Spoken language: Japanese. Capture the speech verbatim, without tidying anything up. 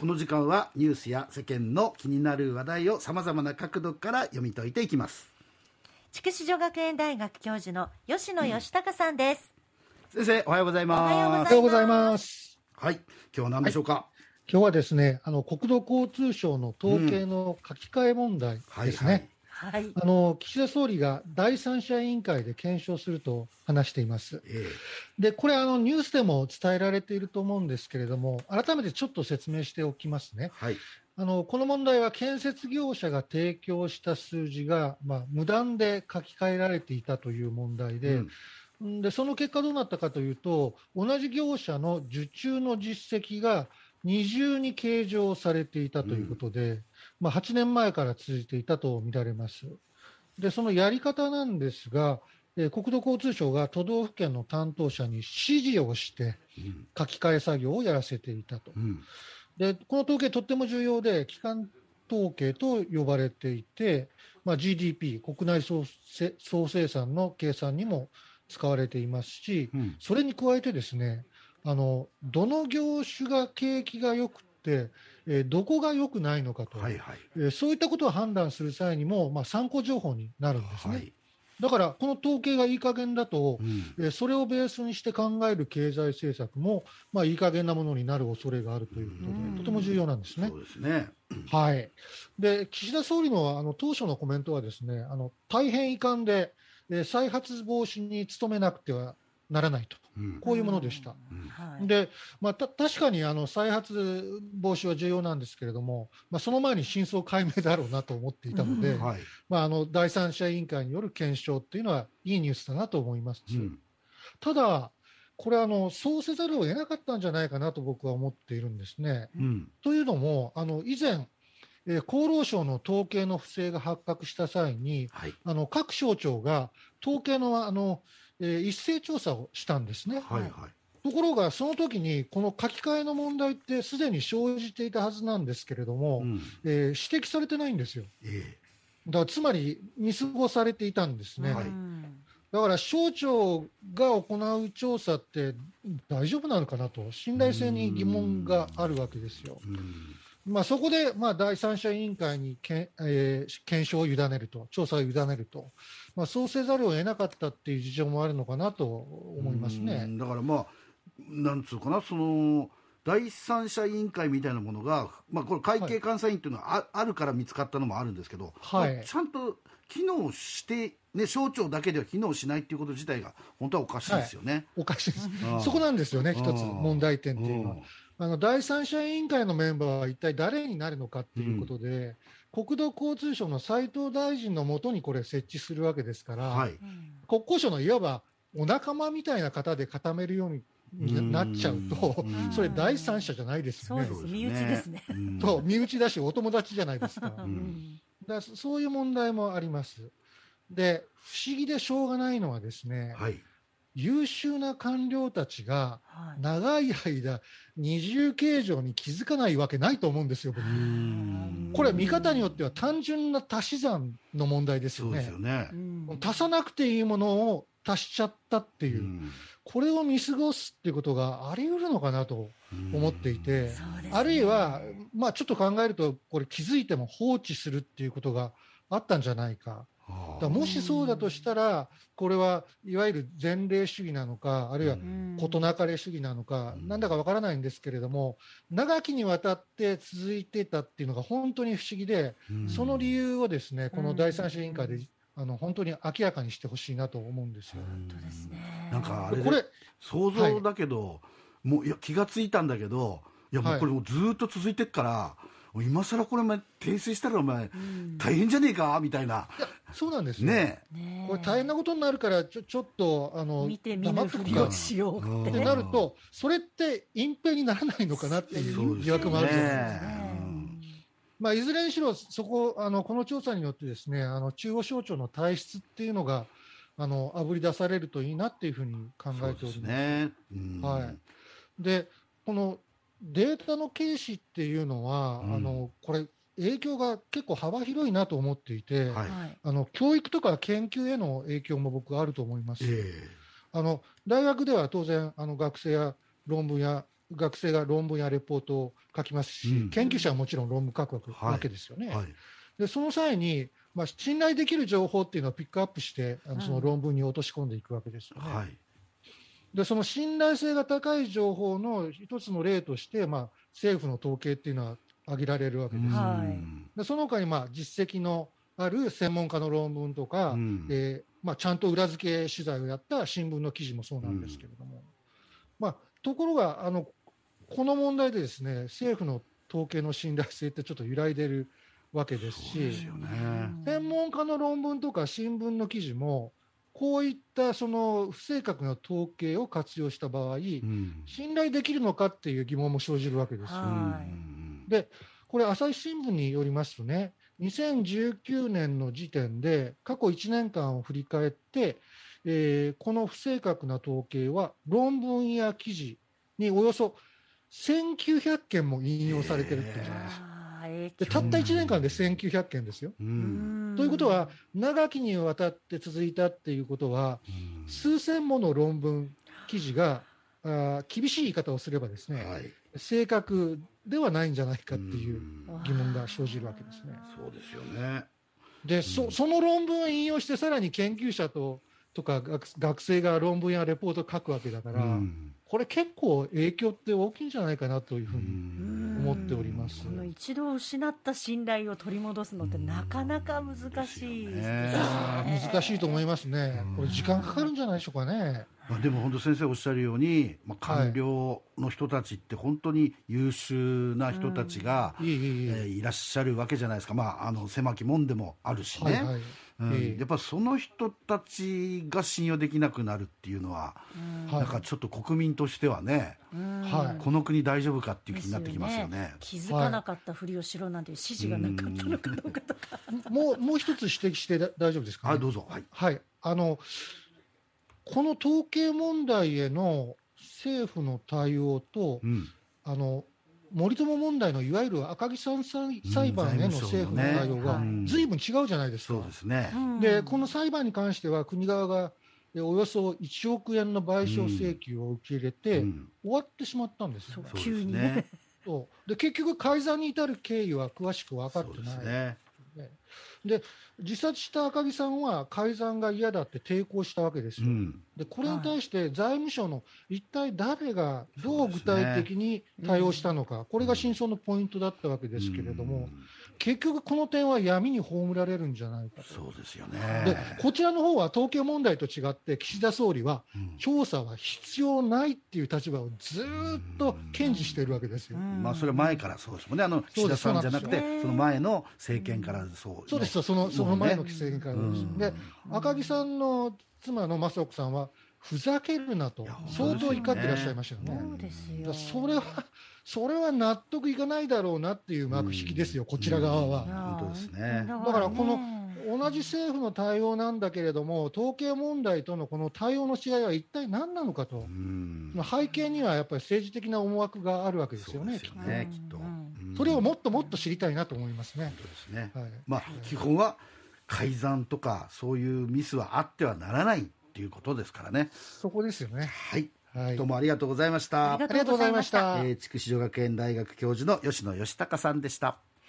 この時間はニュースや世間の気になる話題をさまざまな角度から読み解いていきます。 筑紫女学園大学教授の吉野義孝さんです、 うん、先生おはようございます。 おはようございます。 はい、今日は何でしょうか。はい、 今日はですね、あの国土交通省の統計の書き換え問題ですね。 うんはいはい、 あの岸田総理が第三者委員会で検証すると話しています。えー、でこれあのニュースでも伝えられていると思うんですけれども、改めてちょっと説明しておきますね。はい、あのこの問題は建設業者が提供した数字が、まあ、無断で書き換えられていたという問題で、うん、でその結果どうなったかというと、同じ業者の受注の実績が二重に計上されていたということで、うん、まあ、はちねんまえから続いていたと見られます。でそのやり方なんですが、えー、国土交通省が都道府県の担当者に指示をして書き換え作業をやらせていたと。うん、でこの統計とっても重要で、基幹統計と呼ばれていて、まあ、ジーディーピー 国内総生、総生産の計算にも使われていますし、うん、それに加えてですね、あのどの業種が景気が良くて、えー、どこが良くないのかと、はいはい、えー、そういったことを判断する際にも、まあ、参考情報になるんですね。はい、だからこの統計がいい加減だと、うん、えー、それをベースにして考える経済政策も、まあ、いい加減なものになる恐れがあるということで、うん、とても重要なんですね。 そうですね。 はい、で岸田総理の、あの当初のコメントはですね、あの大変遺憾で、えー、再発防止に努めなくてはならないと、うん、こういうものでした。うん、でまあ、た確かにあの再発防止は重要なんですけれども、まあ、その前に真相解明だろうなと思っていたので、うん、はい、まあ、あの第三者委員会による検証っていうのはいいニュースだなと思います。うん、ただこれあのそうせざるを得なかったんじゃないかなと僕は思っているんですね。うん、というのもあの以前えー、厚労省の統計の不正が発覚した際に、はい、あの各省庁が統計の、あの、えー、一斉調査をしたんですね。はいはい、ところがその時にこの書き換えの問題ってすでに生じていたはずなんですけれども、うん、えー、指摘されてないんですよ。えー、だからつまり見過ごされていたんですね。はい、だから省庁が行う調査って大丈夫なのかなと、信頼性に疑問があるわけですよ。まあ、そこで、まあ、第三者委員会にけ、えー、検証を委ねると、調査を委ねると、まあ、そうせざるを得なかったっていう事情もあるのかなと思いますね。 だからまあなんつうかな、その第三者委員会みたいなものが、まあ、これ会計監査院っていうのは あ,、はい、あるから見つかったのもあるんですけど、はい、まあ、ちゃんと機能して、ね、省庁だけでは機能しないっていうこと自体が本当はおかしいですよね。はい、 おかしいです。そこなんですよね、一つ問題点っていうのは。あの第三者委員会のメンバーは一体誰になるのかっていうことで、うん、国土交通省の斉藤大臣のもとにこれ設置するわけですから、はい、国交省のいわばお仲間みたいな方で固めるようになっちゃうと、それ第三者じゃないですよね。 そうです、身内ですね。 と身内だしお友達じゃないですか。うん、だそういう問題もあります。で不思議でしょうがないのはですね、はい、優秀な官僚たちが長い間二重計上に気づかないわけないと思うんですよ、僕。これ見方によっては単純な足し算の問題ですよね。そうですよね。足さなくていいものを足しちゃったっていう、これを見過ごすっていうことがあり得るのかなと思っていて、ね、あるいは、まあ、ちょっと考えるとこれ気づいても放置するっていうことがあったんじゃないか。だもしそうだとしたら、これはいわゆる前例主義なのか、あるいは事なかれ主義なのか、なんだかわからないんですけれども、長きにわたって続いていたっていうのが本当に不思議で、その理由をですね、この第三者委員会であの本当に明らかにしてほしいなと思うんですよ。 本当ですね。 なんかあれでこれ想像だけど、はい、もういや気がついたんだけど、いやもうこれもうずっと続いてっから、はい、今更これお前訂正したらお前、うん、大変じゃねえかみたいな。 いやそうなんですよね。これ大変なことになるからちょちょっとあの見て見ぬふりをしようってなると、それって隠蔽にならないのかなっていう疑惑もあるじゃないですか。まあ、いずれにしろそこあのこの調査によってですね、あの中央省庁の体質っていうのがあのあぶり出されるといいなっていうふうに考えております。そうですね。うん、はい、でこのデータの軽視っていうのは、うん、あのこれ影響が結構幅広いなと思っていて、はい、あの教育とか研究への影響も僕はあると思います。えー、あの大学では当然あの学生や論文や学生が論文やレポートを書きますし、うん、研究者はもちろん論文書くわけですよね。はいはい、でその際に、まあ、信頼できる情報っていうのをピックアップしてあのその論文に落とし込んでいくわけですよね。はい、でその信頼性が高い情報の一つの例として、まあ、政府の統計っていうのは挙げられるわけです。はい、でその他に、まあ、実績のある専門家の論文とか、うんえーまあ、ちゃんと裏付け取材をやった新聞の記事もそうなんですけれども、うんまあ、ところがあのこの問題でですね政府の統計の信頼性ってちょっと揺らいでるわけですし、ですよね、専門家の論文とか新聞の記事もこういったその不正確な統計を活用した場合、うん、信頼できるのかっていう疑問も生じるわけです。はい、でこれ朝日新聞によりますとねにせんじゅうきゅうねんの時点で過去いちねんかんを振り返って、えー、この不正確な統計は論文や記事におよそせんきゅうひゃくけんも引用されてるっていうじゃないですか。でたったいちねんかんでせんきゅうひゃくけんですよ。うんということは長きにわたって続いたっていうことは数千もの論文記事があ厳しい言い方をすればですね、はい、正確ではないんじゃないかっていう疑問が生じるわけですね。 そうですよね。 で、うん、そ, その論文を引用してさらに研究者ととか 学, 学生が論文やレポートを書くわけだから、うん、これ結構影響って大きいんじゃないかなというふうに思っております。 この一度失った信頼を取り戻すのってなかなか難しいですね。 難しいと思いますね。これ時間かかるんじゃないでしょうかね。 まあ、でも本当先生おっしゃるように、まあ、官僚の人たちって本当に優秀な人たちが、うんい, い, い, い, えー、いらっしゃるわけじゃないですか。まあ、あの狭き門でもあるしね、はいはいうん、やっぱその人たちが信用できなくなるっていうのは、うん、なんかちょっと国民としてはね、うん、この国大丈夫かっていう気になってきますよね。よね気づかなかったふりをしろなんていう指示がなかったのかどうかとか、 はい、もうもう一つ指摘して大丈夫ですか、ね、 はいどうぞ。はい、 はい、あのこの統計問題への政府の対応と、うん、あの森友問題のいわゆる赤木さん裁判への政府の対応が随分違うじゃないですか。 そうですね。 でこの裁判に関しては国側がおよそいちおくえんの賠償請求を受け入れて、うん、終わってしまったんですよね。 そう急にね。 そうで結局改ざんに至る経緯は詳しく分かってない。そうですね。で自殺した赤木さんは改ざんが嫌だって抵抗したわけですよ、うん、でこれに対して財務省の一体誰がどう具体的に対応したのか、ね、これが真相のポイントだったわけですけれども、うん、結局この点は闇に葬られるんじゃないかと。 そうですよね。 でこちらの方は統計問題と違って岸田総理は調査は必要ないっていう立場をずっと堅持しているわけですよ、うんまあ、それは前からそうですもんね。あの岸田さんじゃなくてその前の政権からそうそうですよ。そのその前の規制からです、ね、で赤木さんの妻の雅子さんはふざけるなと相当怒ってらっしゃいましたよね。 そうですよ。 それはそれは納得いかないだろうなっていう幕引きですよ、こちら側は。 本当ですね。 だからこの同じ政府の対応なんだけれども統計問題とのこの対応の違いは一体何なのかと、うん背景にはやっぱり政治的な思惑があるわけですよね。 そうですよね、きっと。 それをもっともっと知りたいなと思いますね。 本当ですね。はい、まあ基本は改ざんとかそういうミスはあってはならないっていうことですからね。 そこですよね。 はい、はい、どうもありがとうございました。 ありがとうございました。 えー、筑紫女学園大学教授の吉野義孝さんでした。